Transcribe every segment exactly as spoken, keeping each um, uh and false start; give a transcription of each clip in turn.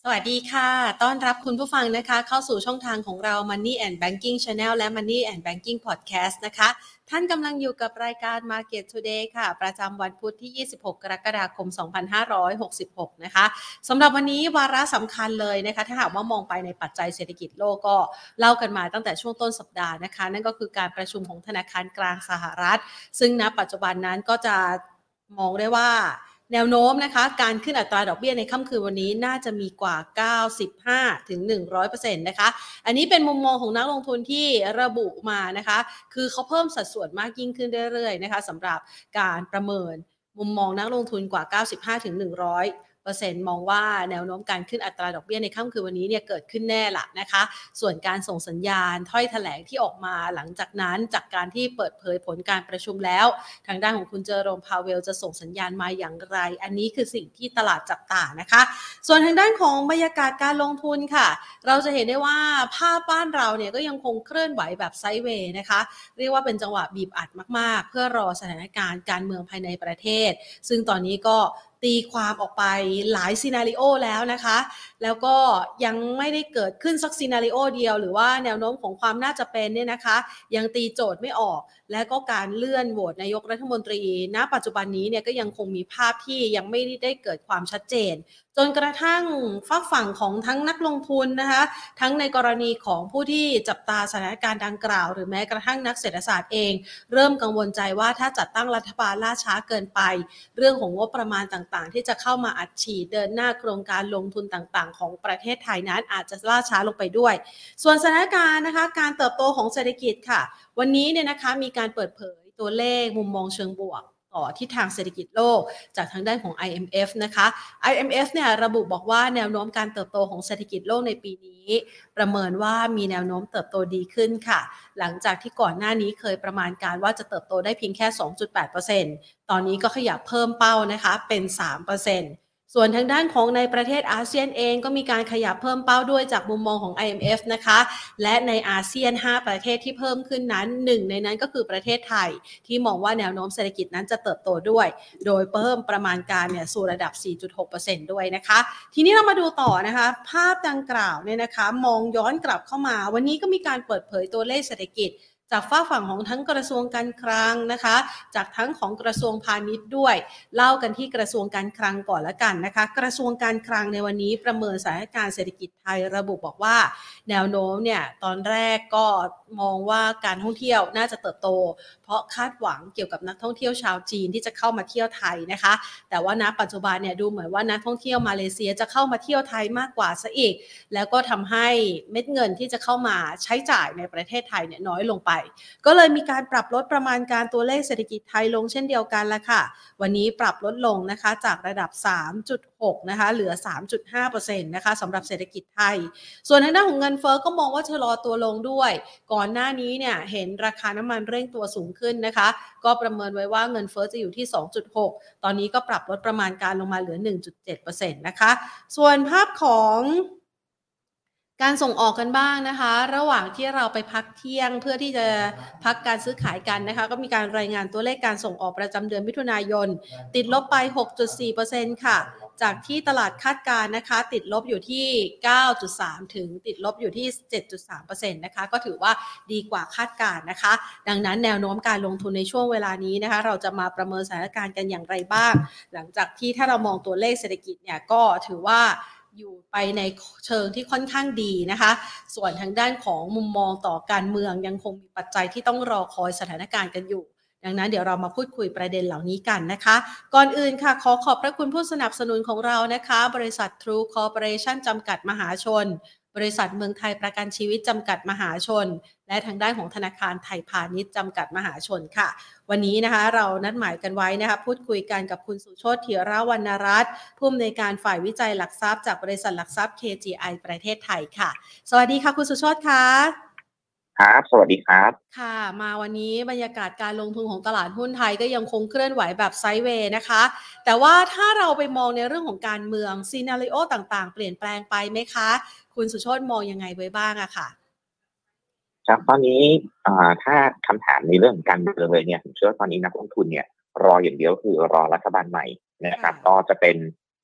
สวัสดีค่ะต้อนรับคุณผู้ฟังนะคะเข้าสู่ช่องทางของเรา Money and Banking Channel และ Money and Banking Podcast นะคะท่านกำลังอยู่กับรายการ Market Today ค่ะประจำวันพุธที่ยี่สิบหกกรกฎาคมสองพันห้าร้อยหกสิบหกนะคะสำหรับวันนี้วาระสำคัญเลยนะคะถ้าหากว่ามองไปในปัจจัยเศรษฐกิจโลกก็เล่ากันมาตั้งแต่ช่วงต้นสัปดาห์นะคะนั่นก็คือการประชุมของธนาคารกลางสหรัฐซึ่งณปัจจุบันนั้นก็จะมองได้ว่าแนวโน้มนะคะการขึ้นอัตราดอกเบี้ยในค่ำคืนวันนี้น่าจะมีกว่า เก้าสิบห้าถึงหนึ่งร้อยเปอร์เซ็นต์ นะคะอันนี้เป็นมุมมองของนักลงทุนที่ระบุมานะคะคือเขาเพิ่มสัดส่วนมากยิ่งขึ้นเรื่อยๆนะคะสำหรับการประเมินมุมมองนักลงทุนกว่า เก้าสิบห้าถึงหนึ่งร้อยเปอร์เซ็นต์ มองว่าแนวโน้มการขึ้นอัตราดอกเบี้ยในค่ำคืนวันนี้เนี่ยเกิดขึ้นแน่ละนะคะส่วนการส่งสัญญาณถ้อยแถลงที่ออกมาหลังจากนั้นจากการที่เปิดเผยผลการประชุมแล้วทางด้านของคุณเจอโรมพาเวลจะส่งสัญญาณมาอย่างไรอันนี้คือสิ่งที่ตลาดจับตานะคะส่วนทางด้านของบรรยากาศการลงทุนค่ะเราจะเห็นได้ว่าภาพบ้านเราเนี่ยก็ยังคงเคลื่อนไหวแบบไซด์เวย์นะคะเรียกว่าเป็นจังหวะบีบอัดมากๆเพื่อรอสถานการณ์การเมืองภายในประเทศซึ่งตอนนี้ก็ตีความออกไปหลายซีนาริโอแล้วนะคะแล้วก็ยังไม่ได้เกิดขึ้นสักซีนาริโอเดียวหรือว่าแนวโน้มของความน่าจะเป็นเนี่ยนะคะยังตีโจทย์ไม่ออกและก็การเลื่อนโหวตนายกรัฐมนตรีณปัจจุบันนี้เนี่ยก็ยังคงมีภาพที่ยังไม่ได้เกิดความชัดเจนจนกระทั่งฝักฝั่งของทั้งนักลงทุนนะคะทั้งในกรณีของผู้ที่จับตาสถานการณ์ดังกล่าวหรือแม้กระทั่งนักเศรษฐศาสตร์เองเริ่มกังวลใจว่าถ้าจัดตั้งรัฐบาลล่าช้าเกินไปเรื่องของงบประมาณต่างๆที่จะเข้ามาอัดฉีดเดินหน้าโครงการลงทุนต่างๆของประเทศไทยนั้นอาจจะล่าช้าลงไปด้วยส่วนสถานการณ์นะคะการเติบโตของเศรษฐกิจค่ะวันนี้เนี่ยนะคะมีการเปิดเผยตัวเลขมุมมองเชิงบวกต่อทิศทางเศรษฐกิจโลกจากทางด้านของ ไอ เอ็ม เอฟ นะคะ ไอ เอ็ม เอฟ เนี่ยระบุบอกว่าแนวโน้มการเติบโตของเศรษฐกิจโลกในปีนี้ประเมินว่ามีแนวโน้มเติบโตดีขึ้นค่ะหลังจากที่ก่อนหน้านี้เคยประมาณการว่าจะเติบโตได้เพียงแค่ สองจุดแปดเปอร์เซ็นต์ ตอนนี้ก็ขยับเพิ่มเป้านะคะเป็น สามเปอร์เซ็นต์ส่วนทางด้านของในประเทศอาเซียนเองก็มีการขยับเพิ่มเป้าด้วยจากมุมมองของ ไอ เอ็ม เอฟ นะคะและในอาเซียนห้าประเทศที่เพิ่มขึ้นนั้นหนึ่งในนั้นก็คือประเทศไทยที่มองว่าแนวโน้มเศรษฐกิจนั้นจะเติบโตด้วยโดยเพิ่มประมาณการเนี่ยสู่ระดับ สี่จุดหกเปอร์เซ็นต์ ด้วยนะคะทีนี้เรามาดูต่อนะคะภาพดังกล่าวเนี่ยนะคะมองย้อนกลับเข้ามาวันนี้ก็มีการเปิดเผยตัวเลขเศรษฐกิจจากฝ้าฝั่งของทั้งกระทรวงการคลังนะคะจากทั้งของกระทรวงพาณิชย์ด้วยเล่ากันที่กระทรวงการคลังก่อนละกันนะคะกระทรวงการคลังในวันนี้ประเมินสถานการณ์เศรษฐกิจไทยระบุบอกว่าแนวโน้มเนี่ยตอนแรกก็มองว่าการท่องเที่ยวน่าจะเติบโตเพราะคาดหวังเกี่ยวกับนักท่องเที่ยวชาวจีนที่จะเข้ามาเที่ยวไทยนะคะแต่ว่าณปัจจุบันเนี่ยดูเหมือนว่านักท่องเที่ยวมาเลเซียจะเข้ามาเที่ยวไทยมากกว่าซะอีกแล้วก็ทำให้เม็ดเงินที่จะเข้ามาใช้จ่ายในประเทศไทยเนี่ยน้อยลงไปก็เลยมีการปรับลดประมาณการตัวเลขเศรษฐกิจไทยลงเช่นเดียวกันละค่ะวันนี้ปรับลดลงนะคะจากระดับ สามจุดหก นะคะเหลือ สามจุดห้าเปอร์เซ็นต์ นะคะสำหรับเศรษฐกิจไทยส่วนทางด้านของเงินเฟ้อก็มองว่าชะลอตัวลงด้วยก่อนหน้านี้เนี่ยเห็นราคาน้ำมันเร่งตัวสูงขึ้นนะคะก็ประเมินไว้ว่าเงินเฟ้อจะอยู่ที่ สองจุดหก ตอนนี้ก็ปรับลดประมาณการลงมาเหลือ หนึ่งจุดเจ็ดเปอร์เซ็นต์ นะคะส่วนภาพของการส่งออกกันบ้างนะคะระหว่างที่เราไปพักเที่ยงเพื่อที่จะพักการซื้อขายกันนะคะก็มีการรายงานตัวเลขการส่งออกประจำเดือนมิถุนายนติดลบไป หกจุดสี่เปอร์เซ็นต์ ค่ะจากที่ตลาดคาดการณ์นะคะติดลบอยู่ที่ เก้าจุดสาม ถึงติดลบอยู่ที่ เจ็ดจุดสามเปอร์เซ็นต์ นะคะก็ถือว่าดีกว่าคาดการณ์นะคะดังนั้นแนวโน้มการลงทุนในช่วงเวลานี้นะคะเราจะมาประเมินสถานการณ์กันอย่างไรบ้างหลังจากที่ถ้าเรามองตัวเลขเศรษฐกิจเนี่ยก็ถือว่าอยู่ไปในเชิงที่ค่อนข้างดีนะคะส่วนทางด้านของมุมมองต่อการเมืองยังคงมีปัจจัยที่ต้องรอคอยสถานการณ์กันอยู่ดังนั้นเดี๋ยวเรามาพูดคุยประเด็นเหล่านี้กันนะคะก่อนอื่นค่ะขอขอบพระคุณผู้สนับสนุนของเรานะคะบริษัท True Corporation จำกัดมหาชนบริษัทเมืองไทยประกันชีวิตจำกัดมหาชนและทางด้านของธนาคารไทยพาณิชย์จำกัดมหาชนค่ะวันนี้นะคะเรานัดหมายกันไว้นะคะพูดคุยกันกับคุณสุโชติ ธีรวรรณรัตน์ผู้อำนวยการฝ่ายวิจัยหลักทรัพย์จากบริษัทหลักทรัพย์ เค จี ไอ ประเทศไทยค่ะสวัสดีค่ะคุณสุโชติค่ะครับสวัสดีครับค่ะมาวันนี้บรรยากาศการลงทุนของตลาดหุ้นไทยก็ยังคงเคลื่อนไหวแบบไซด์เวย์นะคะแต่ว่าถ้าเราไปมองในเรื่องของการเมืองซีนาริโอต่างๆเปลี่ยนแปลงไปไหมคะคุณสุโชติมองยังไงไว้บ้างอะค่ะครับตอนนี้ถ้าคำถามในเรื่องของการเมืองเลยเนี่ยผมเชื่อว่าตอนนี้นักลงทุนเนี่ยรออย่างเดียวคือรอรัฐบาลใหม่นะครับก็จะเป็น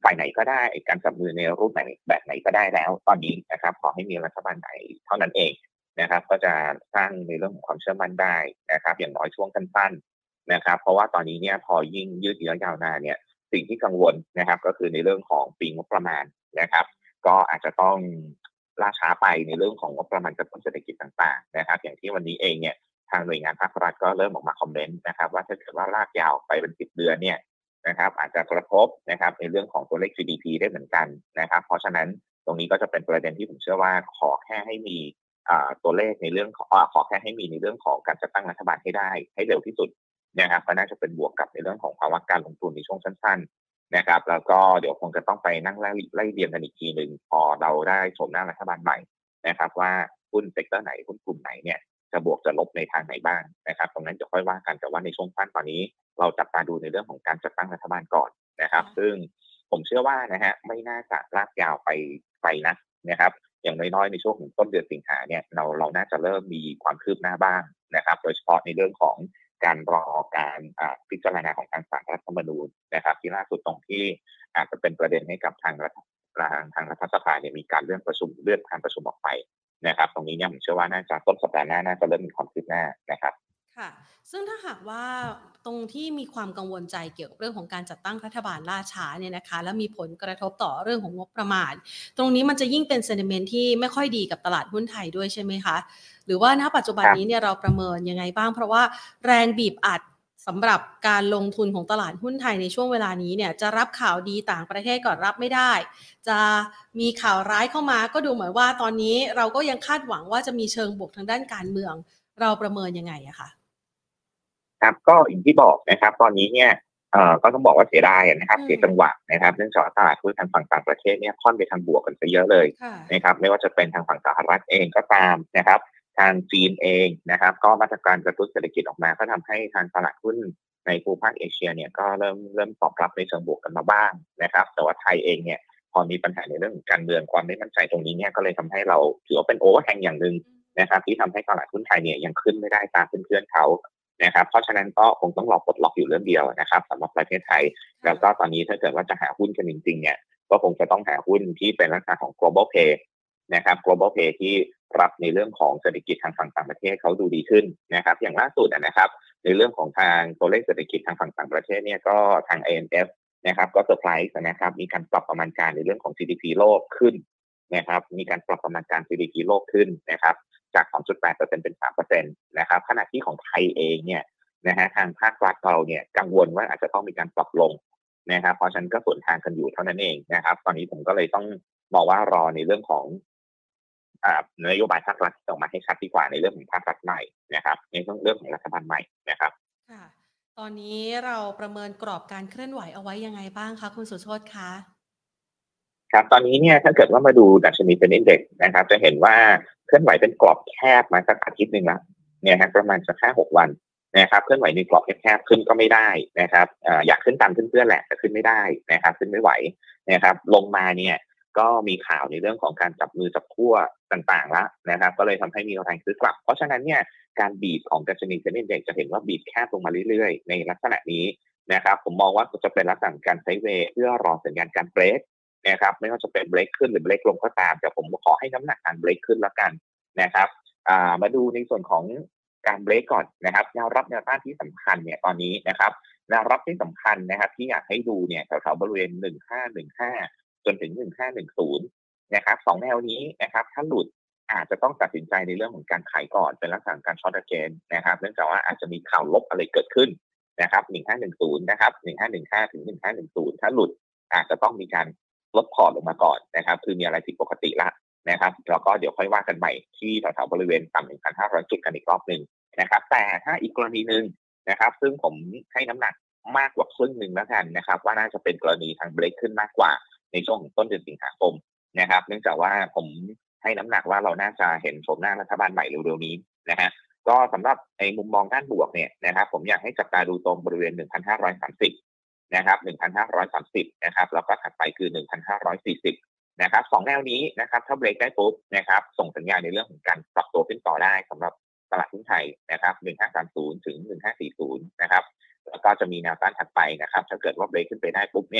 ฝ่ายไหนก็ได้การจับมือในรูปไหนแบบไหนก็ได้แล้วตอนนี้นะครับขอให้มีรัฐบาลไหนเท่านั้นเองนะครับก็จะสร้างในเรื่องของความเชื่อมั่นได้นะครับอย่างน้อยช่วงสั้นๆนะครับเพราะว่าตอนนี้เนี่ยพอยิ่งยืดเยื้อยาวนานเนี่ยสิ่งที่กังวลนะครับก็คือในเรื่องของปีงบประมาณนะครับก็อาจจะต้องล่าช้าไปในเรื่องของงบประมาณกระตุ้นเศรษฐกิจต่างๆนะครับอย่างที่วันนี้เองเนี่ยทางหน่วยงานภาครัฐก็เริ่มออกมาคอมเมนต์นะครับว่าถ้าเกิดว่าลากยาวไปเป็นสิบเดือนเนี่ยนะครับอาจจะกระทบนะครับในเรื่องของตัวเลข จี ดี พี ได้เหมือนกันนะครับเพราะฉะนั้นตรงนี้ก็จะเป็นประเด็นที่ผมเชื่อว่าขอแค่ให้มีตัวเลขในเรื่องของขอแค่ให้มีในเรื่องของการจัดตั้งรัฐบาลให้ได้ให้เร็วที่สุดนะครับก็น่าจะเป็นบวกกับในเรื่องของภาวะการลงทุนในช่วงสั้นๆนะครับแล้วก็เดี๋ยวคงจะต้องไปนั่งไล่ไล่เรียงกันอีกทีหนึ่งพอเราได้ชมหน้ารัฐบาลใหม่นะครับว่าหุ้นเซกเตอร์ไหนหุ้นกลุ่มไหนเนี่ยจะบวกจะลบในทางไหนบ้างนะครับตรงนั้นจะค่อยว่ากันแต่ว่าในช่วงสั้นตอนนี้เราจับตาดูในเรื่องของการจัดตั้งรัฐบาลก่อนนะครับซึ่งผมเชื่อว่านะฮะไม่น่าจะลากยาวไปไปนะนะครับอย่างน้อยๆในช่วงของต้นเดือนสิงหาเนี่ยเราเราน่าจะเริ่มมีความคืบหน้าบ้างนะครับโดยเฉพาะในเรื่องของการรอการพิจารณาของทางศาลรัฐธรรมนูญนะครับที่ล่าสุดตรงที่อาจจะเป็นประเด็นให้กับทางรัฐทางทางรัฐสภาเนี่ยมีการเลื่อนประชุมเลื่อนการประชุมออกไปนะครับตรงนี้เนี่ยผมเชื่อว่าน่าจะต้นสัปดาห์หน้าน่าจะเริ่มมีความคืบหน้านะครับค่ะซึ่งถ้าหากว่าตรงที่มีความกังวลใจเกี่ยวกับเรื่องของการจัดตั้งรัฐบาลล่าช้าเนี่ยนะคะและมีผลกระทบต่อเรื่องของงบประมาณตรงนี้มันจะยิ่งเป็น sentiment ที่ไม่ค่อยดีกับตลาดหุ้นไทยด้วยใช่ไหมคะหรือว่าณปัจจุบันนี้เนี่ยเราประเมินยังไงบ้างเพราะว่าแรงบีบอัดสำหรับการลงทุนของตลาดหุ้นไทยในช่วงเวลานี้เนี่ยจะรับข่าวดีต่างประเทศก่อนรับไม่ได้จะมีข่าวร้ายเข้ามาก็ดูเหมือนว่าตอนนี้เราก็ยังคาดหวังว่าจะมีเชิงบวกทางด้านการเมืองเราประเมินยังไงอะคะครับก็อย่างที่บอกนะครับตอนนี้เนี่ยเอ่อก็ต้องบอกว่าเสียดายนะครับเสียจังหวะนะครับเนื่องจากตลาดหุ้นทางฝั่งต่างประเทศเนี่ยค่อนไปทางบวกกันซะเยอะเลยนะครับไม่ว่าจะเป็นทางฝั่งสหรัฐเองก็ตามนะครับทางจีนเองนะครับก็มาตรการกระตุ้นเศรษฐกิจออกมาก็ทำให้ทางตลาดหุ้นในภูมิภาคเอเชียเนี่ยก็เริ่มเริ่มตอบรับในเชิงบวกกันมาบ้างนะครับแต่ว่าไทยเองเนี่ยพอมีปัญหาในเรื่องของการเมืองความไม่มั่นใจตรงนี้เนี่ยก็เลยทำให้เราถือว่าเป็นโอเวอร์แฮงอย่างหนึ่งนะครับที่ทำให้ตลาดหุ้นไทยเนี่ยยังขึ้นไม่ได้ตามเพื่อนๆเขานะครับเพราะฉะนั้นก็คงต้องรอปลดล็อกอยู่เรื่องเดียวนะครับสำหรับประเทศไทยแล้วก็ตอนนี้ถ้าเกิดว่าจะหาหุ้นกันจริงๆเนี่ยก็คงจะต้องหาหุ้นที่เป็นลักษณะของ global play นะครับ global play ที่รับในเรื่องของเศรษฐกิจทางฝั่งต่างประเทศเขาดูดีขึ้นนะครับอย่างล่าสุดนะครับในเรื่องของทางตัวเลขเศรษฐกิจทางฝั่งต่างประเทศเนี่ยก็ทาง ไอ เอ็ม เอฟ นะครับก็เซอร์ไพรส์นะครับมีการปรับประมาณการในเรื่องของ จี ดี พี โลกขึ้นนะครับมีการปรับประมาณการ จี ดี พี โลกขึ้นนะครับจาก สองจุดแปดเปอร์เซ็นต์ เป็น สามเปอร์เซ็นต์ นะครับขณะที่ของไทยเองเนี่ยนะฮะทางภาครัฐเราเนี่ยกังวลว่าอาจจะต้องมีการปรับลงนะครับเพราะฉะนั้นก็สวนทางกันอยู่เท่านั้นเองนะครับตอนนี้ผมก็เลยต้องมองว่ารอในเรื่องของอ่านโยบายภาครัฐออกมาให้ชัดดีกว่าในเรื่องของภาครัฐใหม่นะครับในเรื่องเรื่องของรัฐบาลใหม่นะครับค่ะตอนนี้เราประเมินกรอบการเคลื่อนไหวเอาไว้ยังไงบ้างคะคุณสุโชติคะครับตอนนี้เนี่ยถ้าเกิดว่ามาดูดัชนีเป็นอินเด็กซ์นะครับจะเห็นว่าเคลื่อนไหวเป็นกรอบแคบมาสักอาทิตย์หนึ่งแล้วเนี่ยฮะประมาณสักห้าหกวันนะครับเคลื่อนไหวในกรอบแคบๆขึ้นก็ไม่ได้นะครับอยากขึ้นตามเพื่อนๆแหละแต่ขึ้นไม่ได้นะครับขึ้นไม่ไหวนะครับลงมาเนี่ยก็มีข่าวในเรื่องของการจับมือจับขั้วต่างๆแล้วนะครับก็เลยทำให้มีแรงซื้อกลับเพราะฉะนั้นเนี่ยการบีบของดัชนีเป็นอินเด็กซ์จะเห็นว่าบีบแคบลงมาเรื่อยๆในลักษณะนี้นะครับผมมองว่าจะเป็นลักษณะการไซด์เวย์เพื่อรอสัญญาณการเบรกนะครับไม่ว่าจะเป็นเบรกขึ้นหรือเบรกลงก็ตามแต่ผมขอให้น้ำหนักการเบรกขึ้นแล้วกันนะครับมาดูในส่วนของการเบรกก่อนนะครับแนวรับแนวต้านที่สำคัญเนี่ยตอนนี้นะครับแนวรับที่สำคัญนะครับที่อยากให้ดูเนี่ยแถวๆบริเวณหนึ่งห้าหนึ่งห้าจนถึงหนึ่งห้าหนึ่งศูนย์นะครับสองแนวนี้นะครับถ้าหลุดอาจจะต้องตัดสินใจในเรื่องของการขายก่อนเป็นลักษณะการช็อตเกนนะครับเนื่องจากว่าอาจจะมีข่าวลบอะไรเกิดขึ้นนะครับหนึ่งห้าหนึ่งศูนย์นะครับหนึ่งห้าหนึ่งห้าถึงหนึ่งห้าหนึ่งศูนย์ถ้าหลุดอาจจะต้องมีการลดพอร์ตลงมาก่อนนะครับคือมีอะไรผิดปกติละนะครับแล้วก็เดี๋ยวค่อยว่ากันใหม่ที่แถวๆบริเวณต่ำ หนึ่งพันห้าร้อย จุดกันอีกรอบหนึ่งนะครับแต่ถ้าอีกกรณีหนึ่งนะครับซึ่งผมให้น้ำหนักมากกว่าครึ่งหนึ่งแล้วกันนะครับว่าน่าจะเป็นกรณีทางเบรกขึ้นมากกว่าในช่วงของต้นเดือนสิงหาคมนะครับเนื่องจากว่าผมให้น้ำหนักว่าเราน่าจะเห็นโฉมหน้ารัฐบาลใหม่เร็วๆนี้นะฮะก็สำหรับในมุมมองด้านบวกเนี่ยนะครับผมอยากให้จับตาดูตรงบริเวณหนึ่งพันห้าร้อยสามสิบนะครับหนึ่งพันห้าร้อยสามสิบนะครับแล้วก็ถัดไปคือหนึ่งพันห้าร้อยสี่สิบนะครับสองแนวนี้นะครับถ้าเบรกได้ปุ๊บนะครับส่งสัญญาณในเรื่องของการปรับตัวขึ้นต่อได้สำหรับตลาดหุ้นไทยนะครับหนึ่งห้าสามศูนย์ถึงหนึ่งห้าสี่ศูนย์นะครับแล้วก็จะมีแนวต้านถัดไปนะครับถ้าเกิดว่าเบรกขึ้นไปได้ปุ๊บเนี่ย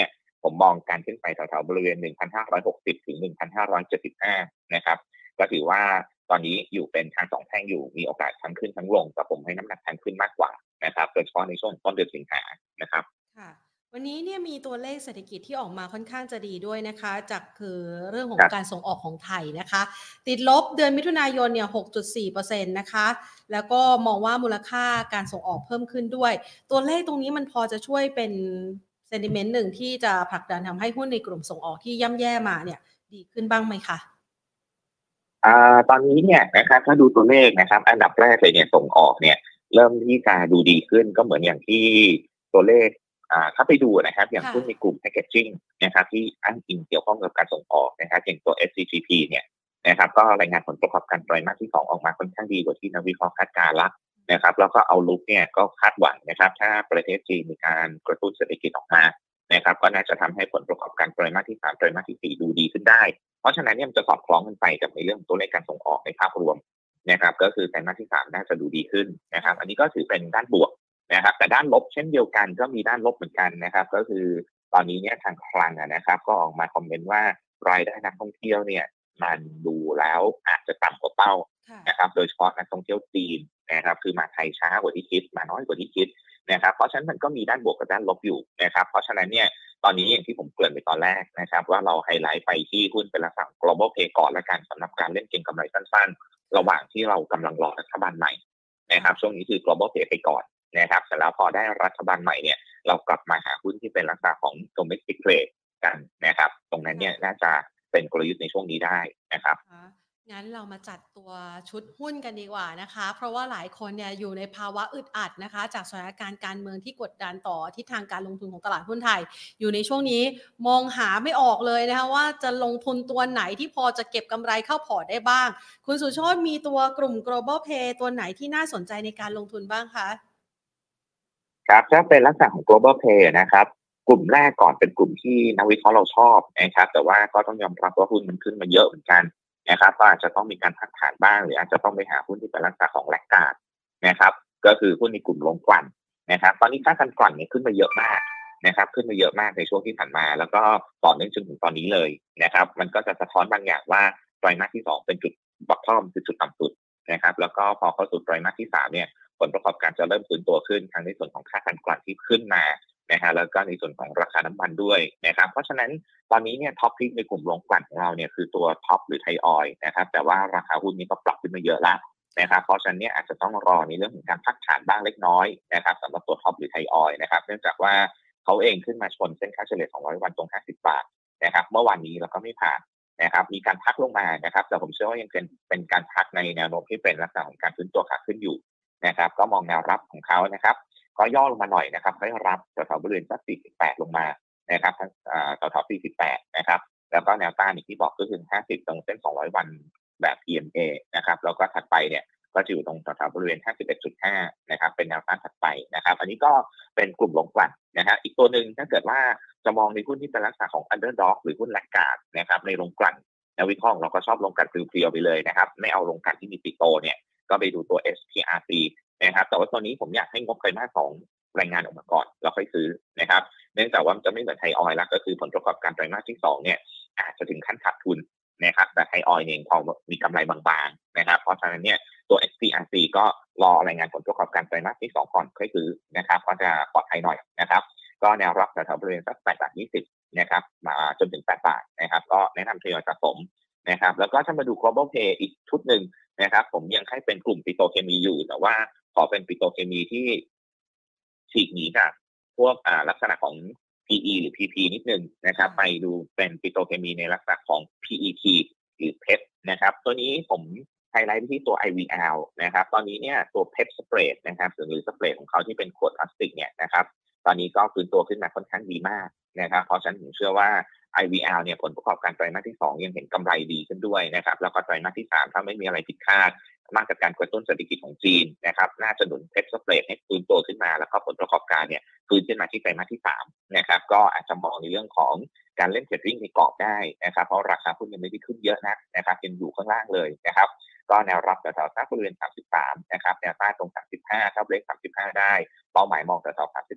ผมมองการขึ้นไปแถวๆบริเวณ หนึ่งพันห้าร้อยหกสิบ ถึง หนึ่งพันห้าร้อยเจ็ดสิบห้า นะครับก็ถือว่าตอนนี้อยู่เป็นทางสองแท่งอยู่มีโอกาสทั้งขึ้นทั้งลงแต่ผมให้น้ำหนักทางขึ้นมากกว่านะครับโดยเฉพาะในช่วงต้นเดือนสิงหานะครับค่ะวันนี้เนี่ยมีตัวเลขเศรษฐกิจที่ออกมาค่อนข้างจะดีด้วยนะคะจากคือเรื่องขอครับงการส่งออกของไทยนะคะติดลบเดือนมิถุนายนเนี่ยหกจุดสี่เปอร์เซ็นต์นะคะแล้วก็มองว่ามูลค่าการส่งออกเพิ่มขึ้นด้วยตัวเลขตรงนี้มันพอจะช่วยเป็น sentiment หนึ่งที่จะผลักดันทำให้หุ้นในกลุ่มส่งออกที่ย่ำแย่มาเนี่ยดีขึ้นบ้างไหมคะอ่าตอนนี้เนี่ยนะครับถ้าดูตัวเลขนะครับอันดับแรกเลยเนี่ยส่งออกเนี่ยเริ่มที่จะดูดีขึ้นก็เหมือนอย่างที่ตัวเลขอ่าถ้าไปดูนะครับอย่างค่ะหุ้นในกลุ่ม Packaging นะครับที่อ้างอิงเกี่ยวข้องกับการส่งออกนะครับอย่างตัว เอส ซี จี พี เนี่ยนะครับก็รายงานผลประกอบการไตรมาสที่สองออกมาค่อนข้างดีกว่าที่นักวิเคราะห์คาดการณ์ละนะครับแล้วก็เอาลุกเนี่ยก็คาดหวังนะครับถ้าประเทศจีนมีการกระตุ้นเศรษฐกิจออกมานะครับก็น่าจะทำให้ผลประกอบการไตรมาสที่สามไตรมาสที่สี่ดูดีขึ้นได้ เพราะฉะนั้นเนี่ยมันจะสอดคล้องกันไปกับในเรื่องตัวเลขการส่งออกในภาพรวมนะครับก็คือไตรมาสที่สามน่าจะดูดีขึ้นนะครับอันนี้ก็ถือเป็นด้านบวกนะครับแต่ด้านลบเช่นเดียวกันก็มีด้านลบเหมือนกันนะครับก็คือตอนนี้เนี่ยทางคลังอะนะครับก็ออกมาคอมเมนต์ว่ารายได้นักท่องเที่ยวเนี่ยมันดูแล้วอาจจะต่ำกว่าเป้าค่ะนะครับโดยเฉพาะนักท่องเที่ยวจีนนะครับคือมาไทยช้ากว่าที่คิดมาน้อยกว่าที่คิดนะครับเพราะฉะนั้นมันก็มีด้านบวกกับด้านลบอยู่นะครับเพราะฉะนั้นเนี่ย ตอนนี้อย่างที่ผมเกริ่นไปตอนแรกนะครับว่าเราไฮไลท์ไปที่หุ้นเป็นลักษณะ global play ก่อนและกันสำหรับการเล่นเก็งกำไรสั้นๆระหว่างที่เรากำลังรอรัฐบาลใหม่นะครับช่วงนี้คือ global play ไปก่อนนะครับเสร็จแล้วพอได้รัฐบาลใหม่เนี่ยเรากลับมาหาหุ้นที่เป็นลักษณะของ domestic play กันนะครับตรงนั้นเนี่ยค่ะน่าจะเป็นกลยุทธ์ในช่วงนี้ได้นะครับคะงั้นเรามาจัดตัวชุดหุ้นกันดีกว่านะคะ เพราะว่าหลายคนเนี่ยอยู่ในภาวะอึดอัดนะคะจากสถานการณ์การเมืองที่กดดันต่อทิศทางการลงทุนของตลาดหุ้นไทยอยู่ในช่วงนี้มองหาไม่ออกเลยนะคะว่าจะลงทุนตัวไหนที่พอจะเก็บกำไรเข้าพอร์ตได้บ้างคุณสุโชติมีตัวกลุ่ม global pay ตัวไหนที่น่าสนใจในการลงทุนบ้างคะครับถ้าเป็นลักษณะของ global play นะครับกลุ่มแรกก่อนเป็นกลุ่มที่นักวิเคราะห์เราชอบนะครับแต่ว่าก็ต้องยอมรับว่าหุ้นมันขึ้นมาเยอะเหมือนกันนะครับก็อาจจะต้องมีการพักฐานบ้างหรืออาจจะต้องไปหาหุ้นที่เป็นลักษณะของแลกการ์ดนะครับก็คือหุ้นในกลุ่มโรงกลั่นนะครับตอนนี้ค่าการกลั่นเนี่ยขึ้นมาเยอะมากนะครับขึ้นมาเยอะมากในช่วงที่ผ่านมาแล้วก็ต่อเนื่องจนถึงตอนนี้เลยนะครับมันก็จะสะท้อนบางอย่างว่าไตรมาสที่สองเป็นจุดบัคทอมคือจุดต่ำสุดนะครับแล้วก็พอเข้าสู่ไตรมาสที่สามเนี่ย ผลประกอบการจะเริ่มฟื้นตัวขึ้นทั้งในส่วนของค่าการกลั่นที่ขึ้นมานะฮะแล้วก็ในส่วนของราคาน้ำมันด้วยนะครับเพราะฉะนั้นตอนนี้เนี่ยท็อปพิกในกลุ่มโรงกลั่นของเราเนี่ยคือตัวท็อปหรือไทยออยล์นะครับแต่ว่าราคาหุ้นนี้ก็ปรับขึ้นมาเยอะแล้วนะครับเพราะฉะนั้นเนี่ยอาจจะต้องรอในเรื่องของการพักฐานบ้างเล็กน้อยนะครับสำหรับตัวท็อปหรือไทยออยล์นะครับเนื่องจากว่าเขาเองขึ้นมาชนเส้นค่าเฉลี่ยสองร้อยวันตรงห้าสิบบาทนะครับเมื่อวานนี้เราก็ไม่ผ่านนะครับมีการพักลงมานะครับแต่ผมเชื่อว่ายังเป็นเป็นการพักในแนวโน้มที่เป็นลักษณะของการฟื้นตัวขาขึ้นอยู่ นะครับก็มองแนวรับของเขานะครับก็ย่อลงมาหน่อยนะครับให้รับแถวๆบริเวณสักสี่สิบแปดลงมานะครับทั้งอ่าแถวๆสี่สิบแปดนะครับแล้วก็แนวต้านอย่างที่บอกก็คือห้าสิบตรงเส้นสองร้อยวันแบบ อี เอ็ม เอ นะครับแล้วก็ถัดไปเนี่ยก็จะอยู่ตรงแถวๆบริเวณห้าสิบเอ็ดจุดห้านะครับเป็นแนวต้านถัดไปนะครับอันนี้ก็เป็นกลุ่มลงกลั่นนะฮะอีกตัวหนึ่งถ้าเกิดว่าจะมองในหุ้นที่เป็นลักษณะของ underdog หรือหุ้นแลกการ์ดนะครับในลงกลั่นแนววิเคราะห์เราก็ชอบลงกลั่นเพรียวๆไปเลยนะครับไม่เอาลงกลั่นที่มีปิโตเนี่ยก็ไปดูตัว เอส พี อาร์ ซีนะครับแต่ว่าตอนนี้ผมอยากให้งบไตรมาสสองรายงานออกมาก่อนแล้วค่อยซื้อนะครับเนื่องจากว่ามันจะไม่เหมือนไทยออยล์แล้วก็คือผลประกอบการไตรมาสที่สองเนี่ยอาจจะถึงขั้นขาดทุนนะครับแต่ไทยออยล์เองพอมีกำไรบางๆนะครับเพราะฉะนั้นเนี่ยตัว เอส พี อาร์ ซี ก็รอรายงานผลประกอบการไตรมาสที่สองก่อนค่อยซื้อนะครับก็จะปลอดภัยหน่อยนะครับก็แนวรับแถวๆบริเวณสักแปดบาทยี่สิบนะครับมาจนถึงแปดบาทนะครับก็แนะนำทยอยสะสมนะครับแล้วก็ถ้ามาดู global play อีกชุดหนึ่งนะครับผมยังให้เป็นกลุ่มปิโตรเคมีอยู่แต่ว่าขอเป็นปิโตรเคมีที่ฉีกหนีจากพวกอ่าลักษณะของ พี อี หรือ พี พี นิดนึงนะครับไปดูเป็นปิโตรเคมีในลักษณะของ พี อี ที หรือ พี อี ที นะครับตัวนี้ผมไฮไลท์ไปที่ตัว ไอ วี แอล นะครับตอนนี้เนี่ยตัว พี อี ที spread นะครับหรือ spread ของเขาที่เป็นขวดพลาสติกเนี่ยนะครับตอนนี้ก็ฟื้นตัวขึ้นมาค่อนข้างดีมากนะครับเพราะฉะนั้นผมเชื่อว่า ไอ วี แอล เนี่ยผลประกอบการไตรมาสที่สองยังเห็นกำไรดีขึ้นด้วยนะครับแล้วก็ไตรมาสที่สามถ้าไม่มีอะไรผิดคาดมาตรการกระตุ้นเศรษฐกิจของจีนนะครับน่าจะหนุนเพชรสเปรดให้ฟื้นตัวขึ้นมาแล้วก็ผลประกอบการเนี่ยฟื้นขึ้นมาที่ไตรมาสที่สามนะครับก็อาจจะมองในเรื่องของการเล่นเทรดดิ้งในกรอบได้นะครับเพราะราคาหุ้นยังไม่ได้ขึ้นเยอะนักนะครับยังอยู่ข้างล่างเลยนะครับก็แนวรับแถวๆสักบริเวณสามสิบสามนะครับแนวต้านตรงสามสิบห้าถ้าเบรกสามสิบห้าได้เป้าหมายมองแถวๆสามสิบเจ็ด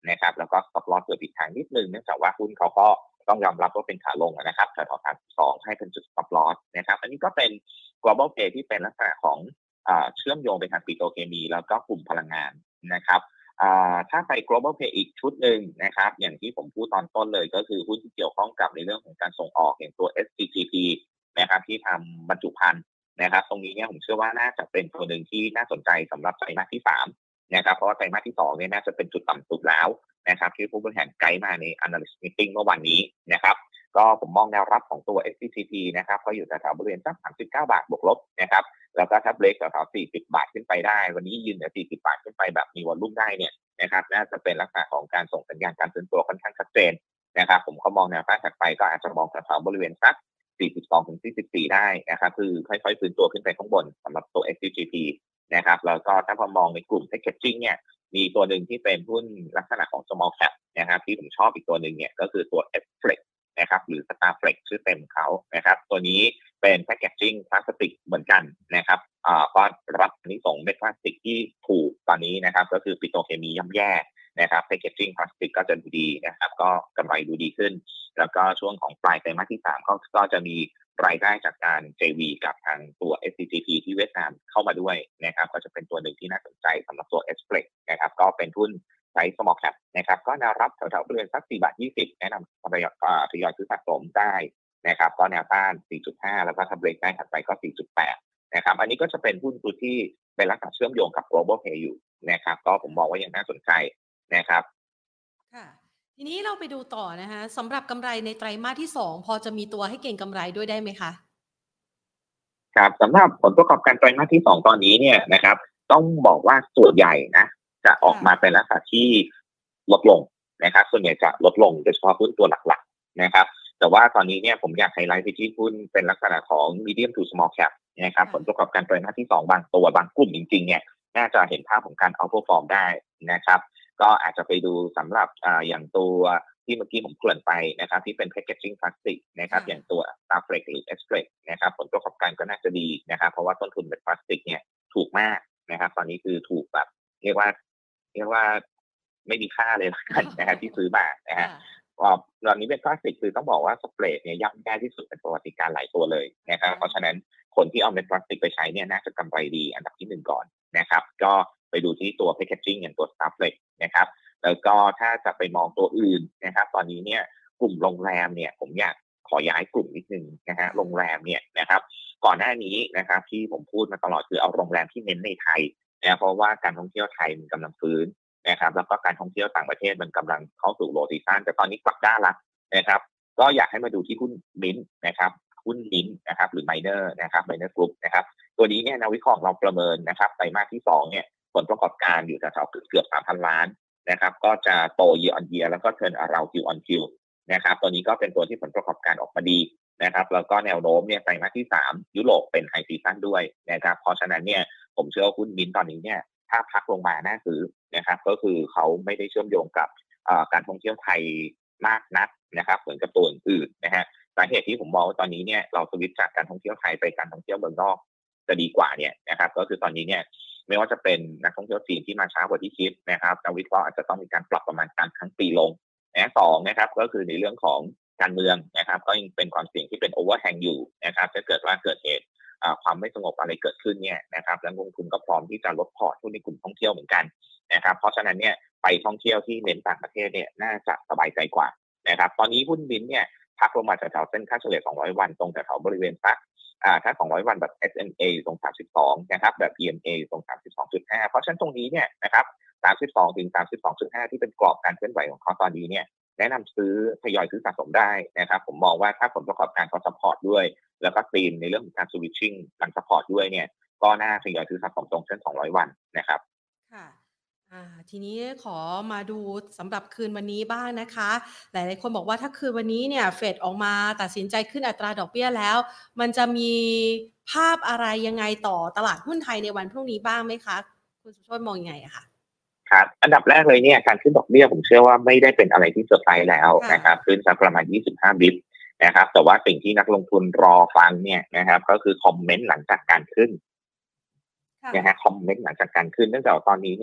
นะครับแล้วก็ stop loss เปิดผิดทางนิดนึงเนื่องจากว่าหุ้นเขาก็ต้องยอมรับว่าเป็นขาลงนะครับแถวๆสามสิบสองให้เป็นจุด stop loss นะครับอันนี้ก็เป็น global play ที่เป็นลักษณะของเชื่อมโยงไปทางปิโตรเคมีแล้วก็กลุ่มพลังงานนะครับถ้าไป global play อีกชุดหนึ่งนะครับอย่างที่ผมพูดตอนต้นเลยก็คือหุ้นที่เกี่ยวข้องกับในเรื่องของการส่งออกอย่างตัว เอส ซี จี พี นะครับที่ทำบรรจุภัณฑ์นะครับตรงนี้เนี่ยผมเชื่อว่าน่าจะเป็นตัวหนึ่งที่น่าสนใจสำหรับไตรมาสที่สามนะครับเพราะว่าไตรมาสที่สองเนี่ยน่าจะเป็นจุดต่ำสุดแล้วนะครับที่ผู้บริหารไกด์มาใน analyst meeting เมื่อวันนี้นะครับก็ผมมองแนวรับของตัว เอส ซี จี พี นะครับก็อยู่แถวๆบริเวณสักสามสิบเก้าบาทบวกลบนะครับแล้วก็ถ้าเบรกแถวๆสี่สิบบาทขึ้นไปได้วันนี้ยืนเหนือสี่สิบบาทขึ้นไปแบบมีวอลลุ่มได้เนี่ยนะครับน่าจะเป็นลักษณะของการส่งสัญญาณการฟื้นตัวค่อนข้างชัดเจนนะครับผมก็มองแนวต้านถัดไปก็อาจจะมองแถวๆบริเวณสักสี่สิบสองถึงสี่สิบสี่ได้นะครับคือค่อยๆฟื้นตัวขึ้นไปข้างบนสำหรับตัว เอส ซี จี พี นะครับแล้วก็ถ้าพอมองในกลุ่ม packaging เนี่ยมีตัวหนึ่งที่เป็นหุ้นลักษณะของ small cap นะครับที่ผมชอบอีกตัวหนึ่งเนี่ยก็คือตัว Flex นะครับหรือ Starflex ชื่อเต็มเขานะครับตัวนี้เป็น packaging พลาสติกเหมือนกันนะครับอ่าก็รับอันนี้ส่งเม็ดพลาสติกที่ถูกตอนนี้นะครับก็คือปิโตรเคมีย่ำแย่นะครับ packaging พลาสติกก็จะดูดีนะครับก็กำไรดูดีขึ้นแล้วก็ช่วงของปลายไตรมาสที่สามก็ก็จะมีรายได้จากการ เจ วี กับทางตัว เอส ซี จี พี ที่เวียดนามเข้ามาด้วยนะครับก็จะเป็นตัวหนึ่งที่น่าสนใจสำหรับตัว Flex นะครับก็เป็นหุ้นไซส์ small cap นะครับก็แนวรับแถวๆบริเวณสักสี่บาทยี่สิบแนะนำทยอยทยอยซื้อสะสมได้นะครับก็แนวต้าน สี่จุดห้า แล้วก็ถ้าเบรกได้ถัดไปก็ สี่จุดแปด นะครับอันนี้ก็จะเป็นหุ้นตัวที่เป็นลักษณะเชื่อมโยงกับ global play อยู่นะครับก็ผมมองว่ายังน่าสนใจนะครับค่ะทีนี้เราไปดูต่อนะคะสำหรับกำไรในไตรมาสที่สองพอจะมีตัวให้เก็งกำไรด้วยได้ไหมคะครับสำหรับผลประกอบการไตรมาสที่สองตอนนี้เนี่ยนะครับต้องบอกว่าส่วนใหญ่นะจะออกมาเป็นลักษณะที่ลดลงนะครับส่วนใหญ่จะลดลงโดยเฉพาะหุ้นตัวหลักๆนะครับแต่ว่าตอนนี้เนี่ยผมอยากไฮไลท์ไปที่หุ้นเป็นลักษณะของ medium to small cap นะครับผลประกอบการไตรมาสที่สองบางตัวบางกลุ่มจริงๆเนี่ยน่าจะเห็นภาพของการ outperform ได้นะครับก็อาจจะไปดูสำหรับอ่าอย่างตัวที่เมื่อกี้ผมเกริ่นไปนะครับที่เป็น packaging พลาสติกนะครับอย่างตัว Starflex หรือ Flex นะครับผลประกอบการก็น่าจะดีนะครับเพราะว่าต้นทุนเป็นพลาสติกเนี่ยถูกมากนะครับตอนนี้คือถูกแบบเรียกว่าเรียกว่าไม่มีค่าเลยละกันนะครับที่ซื้อมานะฮะตอนนี้เป็นพลาสติกคือต้องบอกว่าสเปรดเนี่ยย่ำแย่ที่สุดเป็นประวัติการหลายตัวเลยนะครับเพราะฉะนั้นคนที่เอาเป็นพลาสติกไปใช้เนี่ยน่าจะกำไรดีอันดับที่หนึ่งก่อนนะครับก็ไปดูที่ตัว packaging อย่างตัว Starflex นะครับแล้วก็ถ้าจะไปมองตัวอื่นนะครับตอนนี้เนี่ยกลุ่มโรงแรมเนี่ยผมอยากขอย้ายกลุ่มนิดนึงนะฮะโรงแรมเนี่ยนะครับก่อนหน้านี้นะครับที่ผมพูดมาตลอดคือเอาโรงแรมที่เน้นในไทยนะเพราะว่าการท่องเที่ยวไทยมันกำลังฟื้นนะครับแล้วก็การท่องเที่ยวต่างประเทศมันกำลังเข้าสู่โลซีซั่นแต่ตอนนี้กลับด้านละนะครับก็อยากให้มาดูที่หุ้นมิ้นนะครับหุ้นมิ้นนะครับหรือไมเนอร์นะครับไมเนอร์กรุ๊ปนะครับตัวนี้เนี่ยนักวิเคราะห์เราประเมินนะครับไตรมาสที่สองเนี่ยผลประกอบการอยู่แถวๆเกือบ สามพัน ล้านนะครับก็จะโต year on year แล้วก็ turn around Q on Q นะครับตัวนี้ก็เป็นตัวที่ผลประกอบการออกมาดีนะครับแล้วก็แนวโน้มเนี่ยไตรมาสที่สามยุโรปเป็นไฮซีซั่นด้วยนะครับเพราะฉะนั้นเนี่ยผมเชื่อว่าหุ้นมิ้นตอนนี้เนี่ยถ้าพักลงมาน่าซื้อนะครับก็คือเขาไม่ได้เชื่อมโยงกับการท่องเที่ยวไทยมากนักนะครับเหมือนกับตัวอื่นๆนะฮะสาเหตุที่ผมมองว่าตอนนี้เนี่ยเราสวิตช์จากการท่องเที่ยวไทยไปการท่องเที่ยวเมืองนอกจะดีกว่าเนี่ยนะครับก็คือตอนนี้เนี่ยไม่ว่าจะเป็นนักท่องเที่ยวจีนที่มาช้ากว่าที่คิดนะครับนักวิเคราะห์อาจจะต้องมีการปรับประมาณการทั้งปีลงนะสองนะครับก็คือในเรื่องของการเมืองนะครับก็ยังเป็นความเสี่ยงที่เป็นโอเวอร์แฮงอยู่นะครับถ้าเกิดว่าเกิดเหตุความไม่สงบอะไรเกิดขึ้นเนี่ยนะครับแล้วลงทุนก็พร้อมที่จะลดพอร์ตหุ้นในกลุ่มท่องเที่ยวเหมือนกันนะครับเพราะฉะนั้นเนี่ยไปท่องเที่ยวที่เน้นต่างประเทศเนี่ยน่าจะสบายใจกว่านะครับตอนนี้หุ้นบินเนี่ยพักลงมาแถวๆเส้นค่าเฉลี่ยสองร้อยวันตรงแถวๆบริเวณสักอ่าถ้าสองร้อยวันแบบ เอส เอ็ม เอ ตรงสามสิบสองนะครับแบบ พี เอ็ม เอ ตรง สามสิบสองจุดห้า เพราะฉะนั้นตรงนี้เนี่ยนะครับสามสิบสองถึง สามสิบสองจุดห้า ที่เป็นกรอบการเคลื่อนไหวของเขาตอนนี้เนี่ยแนะนำซื้อทยอยซื้อสะสมได้นะครับผมมองว่าถ้าผลประกอบการเขาซัพพอร์ตด้วยแล้วก็ธีมในเรื่องของการสวิตชิ่งการซัพพอร์ตด้วยเนี่ยก็น่าทยอยซื้อสะสมตรงเส้นสองร้อยวันนะครับค่ะอ่าทีนี้ขอมาดูสำหรับคืนวันนี้บ้างนะคะหลายๆคนบอกว่าถ้าคืนวันนี้เนี่ยเฟดออกมาตัดสินใจขึ้นอัตราดอกเบี้ยแล้วมันจะมีภาพอะไรยังไงต่อตลาดหุ้นไทยในวันพรุ่งนี้บ้างไหมคะคุณสุโชติมองยังไงอะคะครับอันดับแรกเลยเนี่ยการขึ้นดอกเบี้ยผมเชื่อว่าไม่ได้เป็นอะไรที่เซอร์ไพรส์แล้วนะครับขึ้นสักประมาณยี่สิบห้าบิปนะครับแต่ว่าสิ่งที่นักลงทุนรอฟังเนี่ยนะครับก็คือคอมเมนต์หลังจากการขึ้นนะฮะคอมเมนต์หลังจากการขึ้นเนื่องจากตอนนี้เนี่ย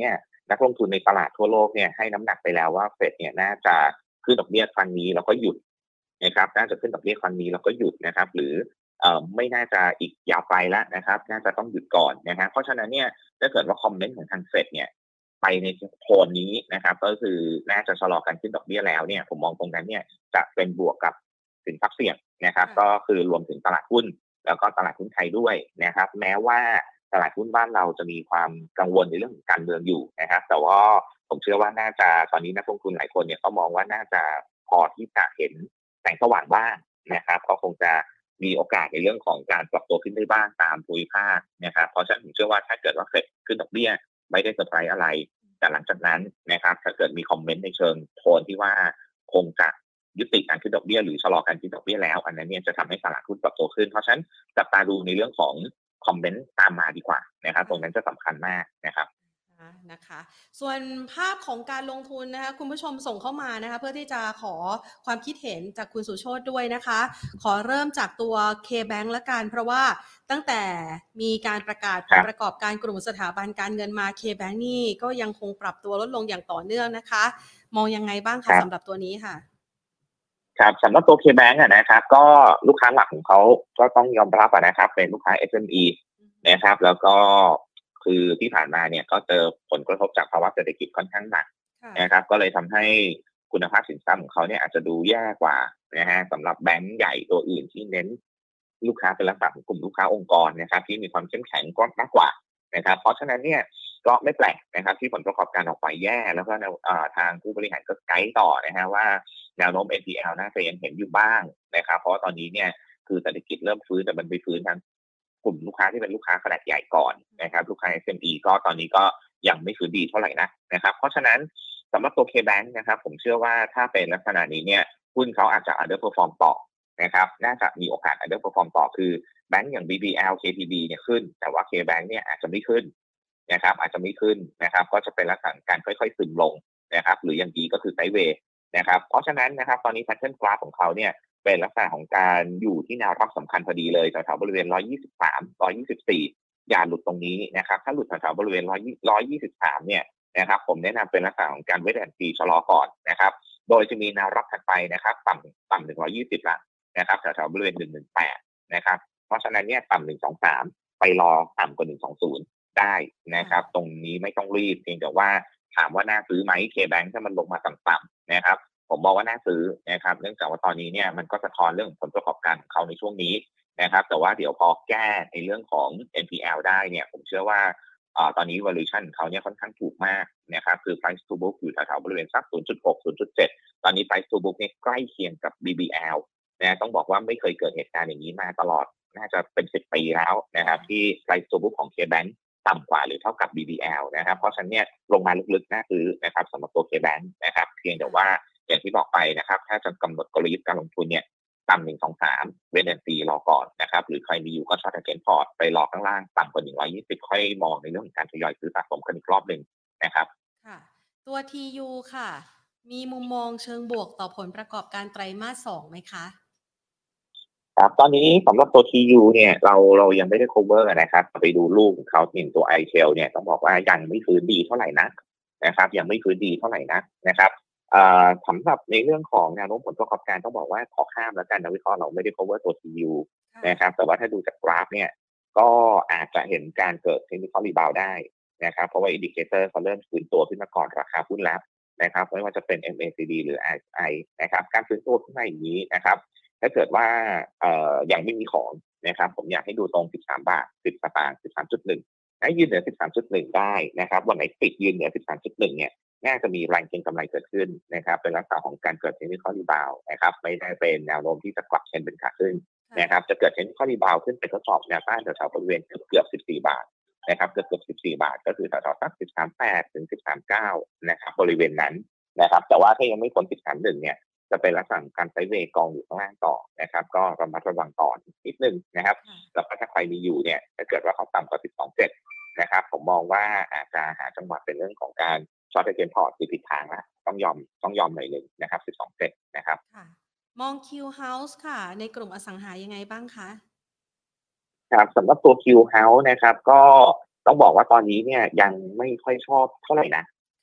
นักลงทุนในตลาดทั่วโลกเนี่ยให้น้ำหนักไปแล้วว่าเฟดเนี่ยน่าจะขึ้นดอกเบี้ยครั้งนี้แล้วก็หยุดนะครับน่าจะขึ้นดอกเบี้ยครั้งนี้แล้วก็หยุดนะครับหรือเอ่อไม่น่าจะอีกยาวไปแล้วนะครับน่าจะต้องหยุดก่อนนะครับเพราะฉะนั้นเนี่ยถ้าเกิดว่าคอมเมนต์ของทางเฟดเนี่ยไปในโทนนี้นะครับก็คือน่าจะชะลอการขึ้นดอกเบี้ยแล้วเนี่ยผมมองตรงนั้นเนี่ยจะเป็นบวกกับสินทรัพย์เสี่ยงนะครับก็คือรวมถึงตลาดหุ้นแล้วก็ตลาดหุ้นไทยด้วยนะครับแม้ว่าตลาดหุ้นบ้านเราจะมีความกังวลในเรื่องของการเมืองอยู่นะครับแต่ว่าผมเชื่อว่าน่าจะตอนนี้นักลงทุนหลายคนเนี่ยเขามองว่าน่าจะพอที่จะเห็นแสงสว่างบ้างนะครับก็คงจะมีโอกาสในเรื่องของการปรับตัวขึ้นได้บ้างตามภูมิภาคนะครับเพราะฉะนั้นผมเชื่อว่าถ้าเกิดว่าเฟดขึ้นดอกเบี้ยไม่ได้เซอร์ไพรส์อะไรแต่หลังจากนั้นนะครับถ้าเกิดมีคอมเมนต์ในเชิงโทนที่ว่าคงจะยุติการขึ้นดอกเบี้ยหรือชะลอการขึ้นดอกเบี้ยแล้วอันนั้นเนี่ยจะทำให้ตลาดหุ้นปรับตัวขึ้นเพราะฉะนั้นจับตาดูในเรื่องของคอมเมนต์ตามมาดีกว่านะครับตรงนั้นจะสำคัญมากนะครับนะคะส่วนภาพของการลงทุนนะคะคุณผู้ชมส่งเข้ามานะคะเพื่อที่จะขอความคิดเห็นจากคุณสุโชติด้วยนะคะขอเริ่มจากตัว K-Bank ละกันเพราะว่าตั้งแต่มีการประกาศผลประกอบการกลุ่มสถาบันการเงินมา K-Bank นี่ก็ยังคงปรับตัวลดลงอย่างต่อเนื่องนะคะมองยังไงบ้างคะสำหรับตัวนี้ค่ะครับสำหรับตัว K-Bank อ่ะนะครับก็ลูกค้าหลักของเขาก็ต้องยอมรับนะครับเป็นลูกค้า เอส เอ็ม อี นะครับแล้วก็คือที่ผ่านมาเนี่ยก็เจอผลกระทบจากภาวะเศรษฐกิจค่อนข้างหนักนะครับก็เลยทำให้คุณภาพสินทรัพย์ของเขาเนี่ยอาจจะดูแย่กว่านะฮะสำหรับแบงก์ใหญ่ตัวอื่นที่เน้นลูกค้าเป็นลักษณะของกลุ่มลูกค้าองค์กรนะครับที่มีความเข้มแข็งก็มากกว่านะครับเพราะฉะนั้นเนี่ยก็ไม่แปลกนะครับที่ผลประกอบการออกไปแย่แล้วก็ทางผู้บริหารก็ไกด์ต่อนะฮะว่าแนวโน้ม เอ็น พี แอล น่าจะยังเห็นอยู่บ้างนะครับเพราะว่าตอนนี้เนี่ยคือเศรษฐกิจเริ่มฟื้นแต่มันไปฟื้นทางกลุ่มลูกค้าที่เป็นลูกค้าขนาดใหญ่ก่อนนะครับลูกค้า เอส เอ็ม อี ก็ตอนนี้ก็ยังไม่ฟื้นดีเท่าไหร่นะนะครับเพราะฉะนั้นสำหรับตัว K-Bank นะครับผมเชื่อว่าถ้าเป็นลักษณะนี้เนี่ยหุ้นเขาอาจจะ underperform ต่อนะครับน่าจะมีโอกาส underperform ต่อคือแบงก์อย่าง บี บี แอล เค ที บี เนี่ยขึ้นแต่ว่า K-Bank เนี่ยอาจจะไม่ขึ้นนะครับอาจจะไม่ขึ้นนะครับก็จะเป็นลักษณะการค่อยๆซึมลงนะครับหรืออย่างดีก็คือไซด์เวย์นะครับเพราะฉะนั้นนะครับตอนนี้ pattern graph ของเขาเนี่ยเป็นลักษณะของการอยู่ที่แนวรับสำคัญพอดีเลยแถวๆบริเวณหนึ่งร้อยยี่สิบสาม หนึ่งร้อยยี่สิบสี่อย่าหลุดตรงนี้นะครับถ้าหลุดแถวๆบริเวณหนึ่งร้อยยี่สิบสามเนี่ยนะครับผมแนะนำเป็นลักษณะของการเวทแอนด์ซีชะลอก่อนนะครับโดยจะมีแนวรับถัดไปนะครับต่ำต่ำหนึ่งร้อยยี่สิบละนะครับแถวๆบริเวณหนึ่งร้อยสิบแปดนะครับเพราะฉะนั้นเนี่ยต่ำหนึ่งร้อยยี่สิบสามไปรอต่ำกว่าหนึ่งร้อยยี่สิบได้นะครับตรงนี้ไม่ต้องรีบเพียงแต่ว่าถามว่าน่าซื้อไหม K-Bank ถ้ามันลงมาต่ำๆนะครับผมบอกว่าน่าซื้อนะครับเนื่องจากว่าตอนนี้เนี่ยมันก็สะท้อนเรื่องผลประกอบการของเขาในช่วงนี้นะครับแต่ว่าเดี๋ยวพอแก้ในเรื่องของ เอ็น พี แอล ได้เนี่ยผมเชื่อว่าตอนนี้ valuation ของเขาเนี่ยค่อนข้างถูกมากนะครับคือ price to book อยู่แถวๆบริเวณสัก ศูนย์จุดหก ศูนย์จุดเจ็ด ตอนนี้ price to book เนี่ยใกล้เคียงกับ บี บี แอล นะต้องบอกว่าไม่เคยเกิดเหตุการณ์อย่างนี้มาตลอดน่าจะเป็นสิบปีแล้วนะครับที่ price to book ของ K-Bank ต่ำกว่าหรือเท่ากับ บี บี แอล นะครับเพราะฉะนั้นเนี่ยลงมาลึกๆน่าซื้อนะครับสำหรับตัว K-Bank นะครับเพียงแต่ว่าอย่างที่บอกไปนะครับถ้าจะกำหนดกลยุทธ์การลงทุนเนี่ยต่ำหนึ่ง สอง สามเวทแอนด์ซีรอก่อนนะครับหรือใครมีอยู่ก็ช็อตเกนพอร์ตไปรอข้างล่างต่ำกว่าหนึ่งร้อยยี่สิบค่อยมองในเรื่องของการทยอยซื้อสะสมกันอีกรอบหนึ่งนะครับค่ะตัว ที ยู ค่ะมีมุมมองเชิงบวกต่อผลประกอบการไตรมาสสองไหมคะครับตอนนี้สำหรับตัว ที ยู เนี่ยเราเรายังไม่ได้ cover นะครับไปดูลูกของเขาอย่างตัว ไอ ที อี แอล เนี่ยต้องบอกว่ายังไม่ฟื้นดีเท่าไหร่นักนะครับยังไม่ฟื้นดีเท่าไหร่นักนะครับเอ่อสำหรับในเรื่องของแนวโน้มผลประกอบการต้องบอกว่าขอข้ามแล้วกันนะวิเคราะห์เราไม่ได้ cover ตัว ที ยู นะครับแต่ว่าถ้าดูจากกราฟเนี่ยก็อาจจะเห็นการเกิด technical rebound ได้นะครับเพราะว่า indicator เขาเริ่มฟื้นตัวขึ้นมาก่อนราคาหุ้นแล้วนะครับไม่ว่าจะเป็น เอ็ม เอ ซี ดี หรือ อาร์ เอส ไอ นะครับการฟื้นตัวขึ้นมาอย่างนี้นะครับถ้าเกิดว่าเอ่อยังไม่มีของนะครับผมอยากให้ดูตรงสิบสามบาทสิบสตางค์ สิบสามจุดหนึ่ง ให้ยืนเหนือ สิบสามจุดหนึ่ง ได้นะครับวันไหนปิดยืนเหนือ สิบสามจุดหนึ่ง เนี่ยน่าจะมีแรงเก็งกำไรเกิดขึ้นนะครับเป็นลักษณะของการเกิด technical rebound นะครับไม่ได้เป็นแนวโน้มที่จะกลับเทรนเป็นขาขึ้นนะครับจะเกิด technical rebound ขึ้นไปทดสอบแนวต้านแถวๆบริเวณเกือบๆสิบสี่บาทนะครับเกือบๆสิบสี่บาทก็คือแถวๆสัก สิบสามจุดแปด ถึง สิบสามจุดเก้า นะครับบริเวณนั้นนะครับแต่ว่าถ้ายังไม่พ้น สิบสามจุดหนึ่ง เนี่ยจะเป็นลักษณะการไซด์เวย์กองอยู่ข้างล่างต่อนะครับก็ระมัดระวังต่อนิดนึงนะครับแล้วก็ถ้าใครมีอยู่เนี่ยถ้าเกิดว่าเขาต่ำกว่า สิบสองจุดเจ็ด นะครับผมมองว่าอาจจะหาจังหวะเป็นเรื่องของการช็อตเกนพอร์ตผิดทางละต้องยอมต้องยอมหน่อยหนึ่งนะครับสิบสองเซตนะครับมอง Q House ค่ะในกลุ่มอสังหายังไงบ้างคะครับสำหรับตัว Q House นะครับก็ต้องบอกว่าตอนนี้เนี่ยยังไม่ค่อยชอบเท่าไหร่นะ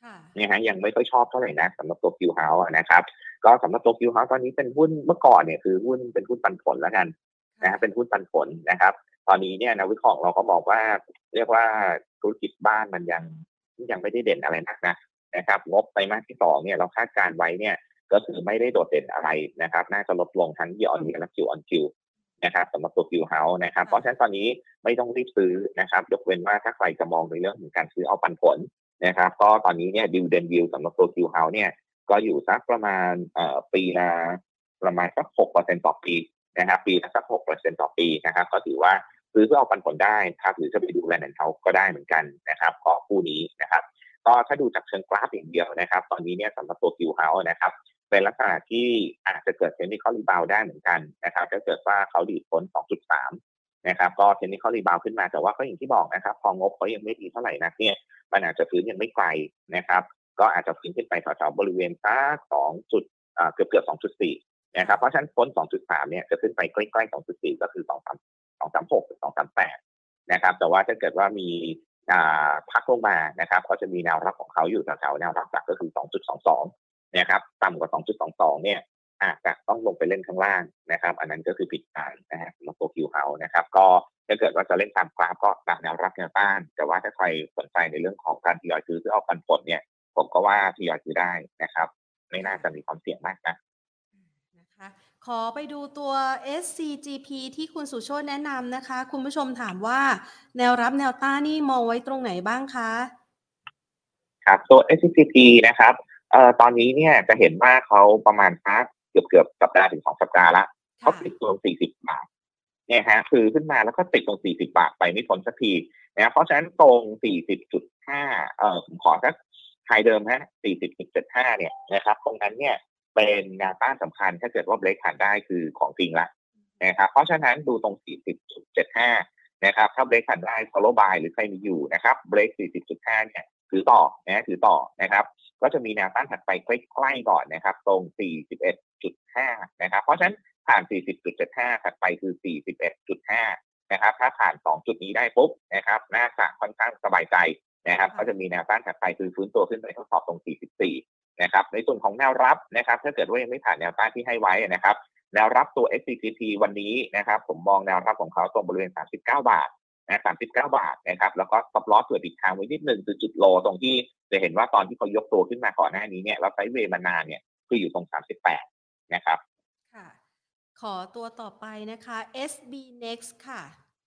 เนี่ยฮะยังไม่ค่อยชอบเท่าไหร่นะสำหรับตัว Q House นะครับก็สำหรับตัว Q House ตอนนี้เป็นหุ้นเมื่อก่อนเนี่ยคือหุ้นเป็นหุ้นปันผลแล้วกันนะฮะเป็นหุ้นปันผลนะครับตอนนี้เนี่ยนักวิเคราะห์เราก็บอกว่าเรียกว่าธุรกิจบ้านมันยังยังไม่ได้เด่นอะไรนักนะนะครับงบไตรมาสที่สองเนี่ยเราคาดการไว้เนี่ยก็คือไม่ได้โดดเด่นอะไรนะครับน่าจะลดลงทั้ง year on year และ Q on Q นะครับสำหรับตัว Q House นะครับเพราะฉะนั้นตอนนี้ไม่ต้องรีบซื้อนะครับยกเว้นว่าถ้าใครจะมองในเรื่องของการซื้อเอาปันผลนะครับก็ตอนนี้เนี่ย dividend yield สำหรับตัว Q House เนี่ยก็อยู่สักประมาณเอ่อปีละประมาณสัก หกเปอร์เซ็นต์ ต่อปีนะครับปีละสัก หกเปอร์เซ็นต์ ต่อปีนะครับก็ถือว่าซื้อเพื่อเอาปันผลได้ครับหรือจะไปดู Land and House ก็ได้เหมือนกันนะครับก็คู่นี้นะครับก็ถ้าดูจากเชิงกราฟอย่างเดียวนะครับตอนนี้เนี่ยสำหรับตัว Q House นะครับเป็นลักษณะที่อาจจะเกิด technical rebound ได้เหมือนกันนะครับถ้าเกิดว่าเขาดีดพ้น สองจุดสาม นะครับก็ technical rebound ขึ้นมาแต่ว่าก็อย่างที่บอกนะครับพองบเขายังไม่ดีเท่าไหร่นักเนี่ยมันอาจจะฟื้นยังไม่ไกลนะครับก็อาจจะฟื้นขึ้นไปแถวๆบริเวณสักสองจุดอ่าเกือบๆ สองจุดสี่ นะครับเพราะฉะนั้นพ้น สองจุดสาม เนี่ยจะขึ้นไปใกล้ๆ สองจุดสี่ ก็คือ สองสาม สองสามหก หรือ สองสามแปด นะครับแต่ว่าถ้าเกิดว่ามีอ่าพักลงมานะครับก็จะมีแนวรับของเขาอยู่แถวๆแนวรับหลักก็คือ สองจุดสองสอง นะครับต่ำกว่า สองจุดสองสอง เนี่ยอาจจะต้องลงไปเล่นข้างล่างนะครับอันนั้นก็คือผิดทางนะฮะสำหรับตัว Q House นะครับก็ถ้าเกิดว่าจะเล่นตามกราฟก็ตามแนวรับแนวต้านแต่ว่าถ้าใครสนใจในเรื่องของการทยอยซื้อเพื่อเอาปันผลเนี่ยผมก็ว่าทยอยซื้อได้นะครับไม่น่าจะมีความเสี่ยงมากนะนะคะขอไปดูตัว เอส ซี จี พี ที่คุณสุโชติแนะนำนะคะคุณผู้ชมถามว่าแนวรับแนวต้านนี่มองไว้ตรงไหนบ้างคะครับตัว เอส ซี พี นะครับเอ่อตอนนี้เนี่ยจะเห็นว่าเขาประมาณสักเกือบๆสัปดาห์ถึงสองสัปดาห์ละเขาติดตัวสี่สิบบาทเนี่ยฮะคือขึ้นมาแล้วก็ติดตรงสี่สิบบาทไปไม่พ้นสักทีนะครับเพราะฉะนั้นตรง สี่สิบจุดห้า เอ่อผมขอสักไฮเดิมฮะ สี่สิบจุดเจ็ดห้า เนี่ยนะครับตรงนั้นเนี่ยเป็นแนวต้านสำคัญถ้าเกิดว่าเบรกผ่านได้คือของจริงละนะครับเพราะฉะนั้นดูตรง สี่สิบจุดเจ็ดห้า นะครับถ้าเบรกผ่านได้ follow by หรือใครมีอยู่นะครับเบรก สี่สิบจุดห้า เนี่ยถือต่อนะถือต่อนะครับก็จะมีแนวต้านถัดไปใกล้ๆก่อนนะครับตรง สี่สิบเอ็ดจุดห้า นะครับเพราะฉะนั้นผ่าน สี่สิบจุดเจ็ดห้า ถัดไปคือ สี่สิบเอ็ดจุดห้า นะครับถ้าผ่านสองจุดนี้ได้ปุ๊บนะครับน่าจะค่อนข้างสบายใจนะครับก็จะมีแนวต้านถัดไปคือฟื้นตัวขึ้นไปทดสอบตรง สี่สิบสี่ นะครับในส่วนของแนวรับนะครับถ้าเกิดว่ายังไม่ผ่านแนวต้านที่ให้ไว้นะครับแนวรับตัว เอส ซี จี พี วันนี้นะครับผมมองแนวรับของเขาตรงบริเวณสามสิบเก้าบาทนะสามสิบเก้าบาทนะครับแล้วก็ stop loss เผื่อติดทางไว้นิดนึงคือจุดโลตรงที่จะเห็นว่าตอนที่เขายกตัวขึ้นมาก่อนหน้านี้เนี่ยแล้วไซด์เวย์มานานเนี่ยคืออยู่ตรงสามสิบแปดนะครับค่ะขอตัวต่อไปนะคะ เอส บี Next ค่ะ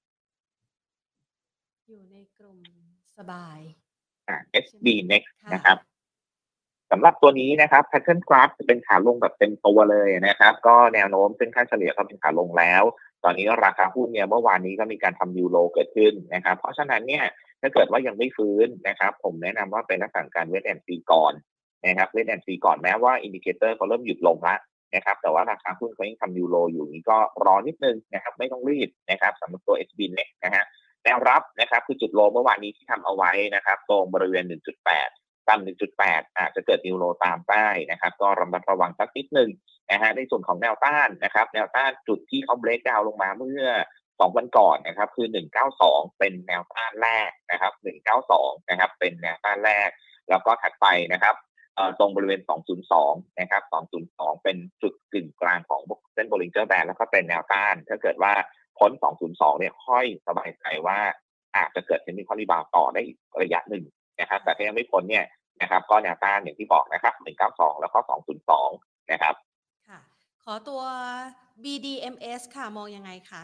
อยู่ในกลุ่มสบายอ่า เอส บี Next ค่ะนะครับสำหรับตัวนี้นะครับ pattern graph จะเป็นขาลงแบบเต็มตัวเลยนะครับก็แนวโน้มเส้นค่าเฉลี่ยก็เป็นขาลงแล้วตอนนี้ราคาหุ้นเนี่ยเมื่อวานนี้ก็มีการทำยูโรเกิดขึ้นนะครับเพราะฉะนั้นเนี่ยถ้าเกิดว่ายังไม่ฟื้นนะครับผมแนะนำว่าเป็นลักษณะการเวทแอนด์ซีก่อนนะครับเวทแอนด์ซีก่อนแม้ว่าอินดิเคเตอร์เขาเริ่มหยุดลงแล้วนะครับแต่ว่าราคาหุ้นเขายังทำยูโรอยู่นี้ก็รอนิดนึงนะครับไม่ต้องรีบนะครับสำหรับตัว เอส บี เนี่ยนะฮะแนวรับนะครับคือจุดโลเมื่อวานนี้ที่ทำเอาไว้นะครับตรงบริเวณ หนึ่งจุดแปดต่ำ หนึ่งจุดแปด อาจจะเกิดนิวโรตามได้นะครับก็ระมัดระวังสักนิดนึงนะฮะในส่วนของแนวต้านนะครับแนวต้านจุดที่เขาเบรกดาวน์ลงมาเมื่อสองวันก่อนนะครับคือหนึ่งร้อยเก้าสิบสองเป็นแนวต้านแรกนะครับหนึ่งร้อยเก้าสิบสองนะครับเป็นแนวต้านแรกแล้วก็ถัดไปนะครับเอ่อตรงบริเวณสองร้อยสองนะครับสองร้อยสองเป็นจุดกึ่งกลางของเส้น Bollinger Band แล้วก็เป็นแนวต้านถ้าเกิดว่าพ้นสองร้อยสองเนี่ยค่อยสบายใจว่าอาจจะเกิด technical rebound ต่อได้อีกระยะหนึ่งนะครับแต่ถ้ายังไม่พ้นเนี่ยนะครับก็แนวต้านอย่างที่บอกนะครับหนึ่งร้อยเก้าสิบสองแล้วก็สองร้อยสองนะครับค่ะขอตัว บี ดี เอ็ม เอส ค่ะมองยังไงคะ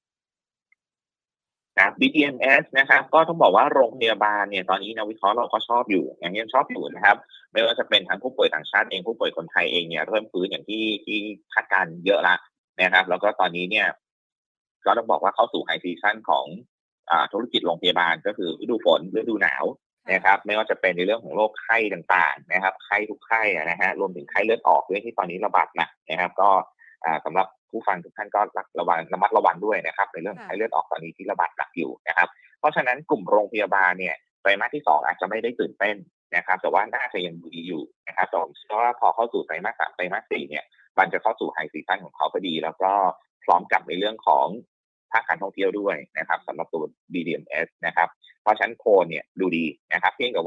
นะ บี ดี เอ็ม เอส นะครับก็ต้องบอกว่าโรงพยาบาลเนี่ยตอนนี้นักวิเคราะห์เราก็ชอบอยู่อย่างยังชอบอยู่นะครับไม่ว่าจะเป็นทั้งผู้ป่วยต่างชาติเองผู้ป่วยคนไทยเองเนี่ยเริ่มฟื้นอย่างที่ที่คาดการเยอะละนะครับแล้วก็ตอนนี้เนี่ยก็ต้องบอกว่าเข้าสู่ไฮซีซั่นของอ่าธุรกิจโรงพยาบาลก็คือฤดูฝนฤดูหนาวนะครับไม่ว่าจะเป็นในเรื่องของโรคไข้ต่างๆนะครับไข้ทุกไข้นะฮะรวมถึงไข้เลือดออกด้วยที่ตอนนี้ระบาดหนักนะครับก็อ่าสำหรับผู้ฟังทุกท่านก็ระวังระมัดระวังด้วยนะครับในเรื่องไข้เลือดออกตอนนี้ที่ระบาดหนักอยู่นะครับเพราะฉะนั้นกลุ่มโรงพยาบาลเนี่ยไตรมาสที่สองอาจจะไม่ได้ตื่นเต้นนะครับแต่ว่าน่าจะยังดีอยู่นะครับแต่ผมเชื่อว่าพอเข้าสู่ไตรมาสสามไตรมาสสี่เนี่ยมันจะเข้าสู่ไฮซีซั่นของเขาพอดีแล้วก็พร้อมกับในเรื่องของภาคการท่องเที่ยวด้วยนะครับสำหรับตัว บี ดี เอ็ม เอส นะครับเพราะฉะนั้นโคนเนี่ยดูดีนะครับเพียงแต่ว่า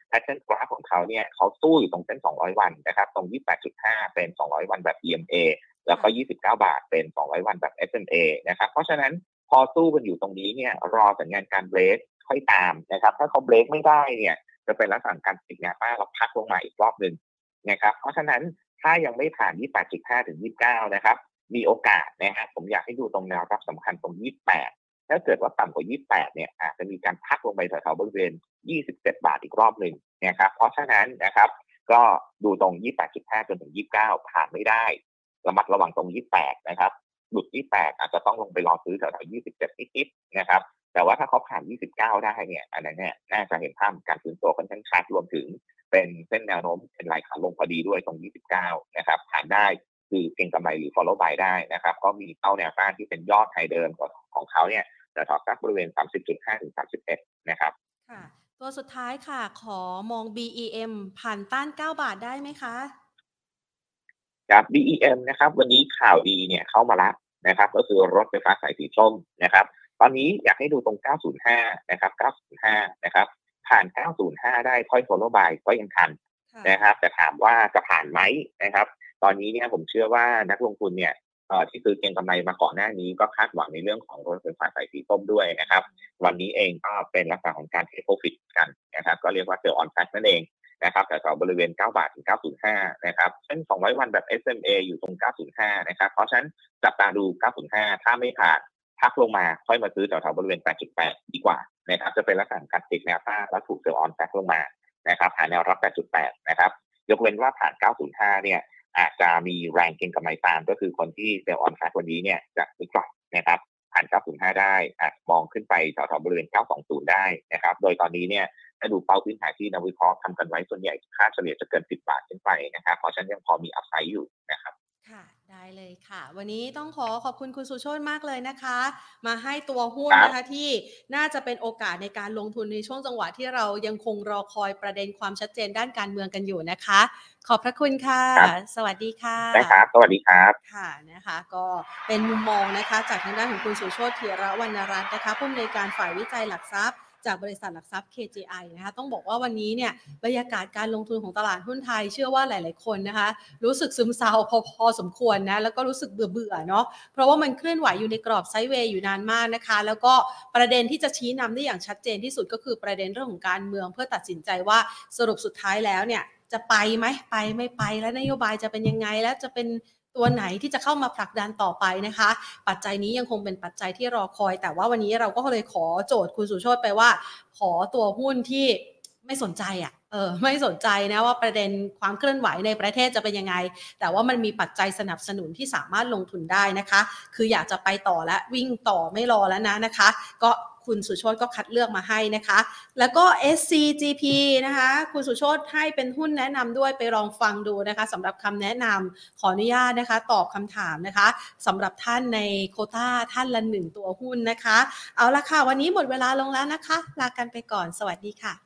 pattern graph ของเขาเนี่ยเขาสู้อยู่ตรงเส้นสองร้อยวันนะครับตรง ยี่สิบแปดจุดห้า เป็นสองร้อยวันแบบ อี เอ็ม เอ แล้วก็ยี่สิบเก้าบาทเป็นสองร้อยวันแบบ เอส เอ็ม เอ นะครับเพราะฉะนั้นพอสู้กันอยู่ตรงนี้เนี่ยรอสัญญาณการเบรกค่อยตามนะครับถ้าเขาเบรกไม่ได้เนี่ยจะเป็นลักษณะการติดแนวต้านแล้วพักลงมาอีกรอบนึงนะครับเพราะฉะนั้นถ้ายังไม่ผ่าน ยี่สิบแปดจุดห้า ถึง ยี่สิบเก้า นะครับมีโอกาสนะฮะผมอยากให้ดูตรงแนวรับสำคัญตรง ยี่สิบแปด ถ้าเกิดว่าต่ำกว่า ยี่สิบแปด เนี่ยอาจจะมีการพักลงไปแถวๆบริเวณ ยี่สิบเจ็ด บาทอีกรอบนึงนะครับเพราะฉะนั้นนะครับก็ดูตรง ยี่สิบแปดจุดห้า จนถึง ยี่สิบเก้า ผ่านไม่ได้ระมัดระวังตรง ยี่สิบแปด นะครับหลุด ยี่สิบแปด อาจจะต้องลงไปรอซื้อแถวๆ ยี่สิบเจ็ด นิดๆนะครับแต่ว่าถ้าเขาผ่าน ยี่สิบเก้า ได้เนี่ยอันนั้นเนี่ยน่าจะเห็นภาพการฟื้นตัวค่อนข้างชัดรวมถึงเป็นเส้นแนวโน้มเป็นไหลขาลงพอดีด้วยตรง ยี่สิบเก้า นะครับผ่านได้คือเก็งกำไรหรือ follow buy ได้นะครับก็มีเป้าแนวต้านที่เป็นยอดไฮเดิมของเขาเนี่ยจะถอดสักบริเวณ สามสิบจุดห้า ถึง สามสิบเอ็ด นะครับค่ะตัวสุดท้ายค่ะขอมอง บี อี เอ็ม ผ่านต้านเก้าบาทได้ไหมคะครับ บี อี เอ็ม นะครับวันนี้ข่าวดีเนี่ยเข้ามาแล้วนะครับก็คือรถไฟฟ้าสายสีส้มนะครับตอนนี้อยากให้ดูตรง เก้าศูนย์ห้า นะครับ เก้าศูนย์ห้า นะครับผ่าน เก้าศูนย์ห้า ได้ค่อย follow buy ก็ยังทันนะครับแต่ถามว่าจะผ่านไหมนะครับตอนนี้เนี่ยผมเชื่อว่านักลงทุนเนี่ยเอ่อที่ซื้อเก็งกำไรมาก่อนหน้านี้ก็คาดหวังในเรื่องของรถไฟฟ้าสายสีส้มด้วยนะครับวันนี้เองก็เป็นลักษณะของการ take profit กันนะครับก็เรียกว่า sell on track นั่นเองนะครับแถวๆบริเวณเก้าบาทถึงเก้าศูนย์ห้านะครับเส้นสองร้อยวันแบบ เอส เอ็ม เอ อยู่ตรงเก้าศูนย์ห้านะครับเพราะฉะนั้นจับตาดูเก้าศูนย์ห้าถ้าไม่ผ่านพักลงมาค่อยมาซื้อแถวๆบริเวณ แปดจุดแปด ดีกว่านะครับจะเป็นลักษณะการติดแนวต้านแล้วถูก sell on track ลงมานะครับหาแนวรับ แปดจุดแปด นะครับยกเว้นว่าผ่านเก้าศูนย์ห้าเนี่ยอาจจะมีแรงเก็งกำไรตามก็คือคนที่ sell on track วันนี้เนี่ยจะซื้อกลับนะครับผ่านเก้าศูนย์ห้าได้อาจมองขึ้นไปแถวๆบริเวณเก้าสองศูนย์ได้นะครับโดยตอนนี้เนี่ยถ้าดูเป้าพื้นฐานที่นักวิเคราะห์ทำกันไว้ส่วนใหญ่ค่าเฉลี่ยจะเกินสิบบาทขึ้นไปนะครับเพราะฉะนั้นยังพอมีอัพไซด์อยู่นะครับค่ะได้เลยค่ะวันนี้ต้องขอขอบคุณคุณสุโชติมากเลยนะคะมาให้ตัวหุ้นนะคะที่น่าจะเป็นโอกาสในการลงทุนในช่วงจังหวะที่เรายังคงรอคอยประเด็นความชัดเจนด้านการเมืองกันอยู่นะคะขอบพระคุณค่ะสวัสดีค่ะได้ครับสวัสดีครับค่ะนะคะก็เป็นมุมมองนะคะจากทางด้านของคุณสุโชติ ธีระวรรณรัตน์นะคะผู้อำนวยการฝ่ายวิจัยหลักทรัพย์จากบริษัทหลักทรัพย์ เค จี ไอ นะคะต้องบอกว่าวันนี้เนี่ยบรรยากาศการลงทุนของตลาดหุ้นไทยเชื่อว่าหลายๆคนนะคะรู้สึกซึมเศร้าพอพอสมควรนะแล้วก็รู้สึกเบื่อๆเนาะเพราะว่ามันเคลื่อนไหวอยู่ในกรอบไซด์เวย์อยู่นานมากนะคะแล้วก็ประเด็นที่จะชี้นำได้อย่างชัดเจนที่สุดก็คือประเด็นเรื่องของการเมืองเพื่อตัดสินใจว่าสรุปสุดท้ายแล้วเนี่ยจะไปไหมไปไม่ไปแล้วนโยบายจะเป็นยังไงและจะเป็นตัวไหนที่จะเข้ามาผลักดันต่อไปนะคะปัจจัยนี้ยังคงเป็นปัจจัยที่รอคอยแต่ว่าวันนี้เราก็เลยขอโจทย์คุณสุโชติไปว่าขอตัวหุ้นที่ไม่สนใจอ่ะเออไม่สนใจนะว่าประเด็นความเคลื่อนไหวในประเทศจะเป็นยังไงแต่ว่ามันมีปัจจัยสนับสนุนที่สามารถลงทุนได้นะคะคืออยากจะไปต่อและวิ่งต่อไม่รอแล้วนะนะคะก็คุณสุโชติก็คัดเลือกมาให้นะคะแล้วก็ เอส ซี จี พี นะคะคุณสุโชติให้เป็นหุ้นแนะนำด้วยไปลองฟังดูนะคะสำหรับคำแนะนำขออนุญาตนะคะตอบคำถามนะคะสำหรับท่านในโควต้าท่านละหนึ่งตัวหุ้นนะคะเอาละค่ะวันนี้หมดเวลาลงแล้วนะคะลากันไปก่อนสวัสดีค่ะ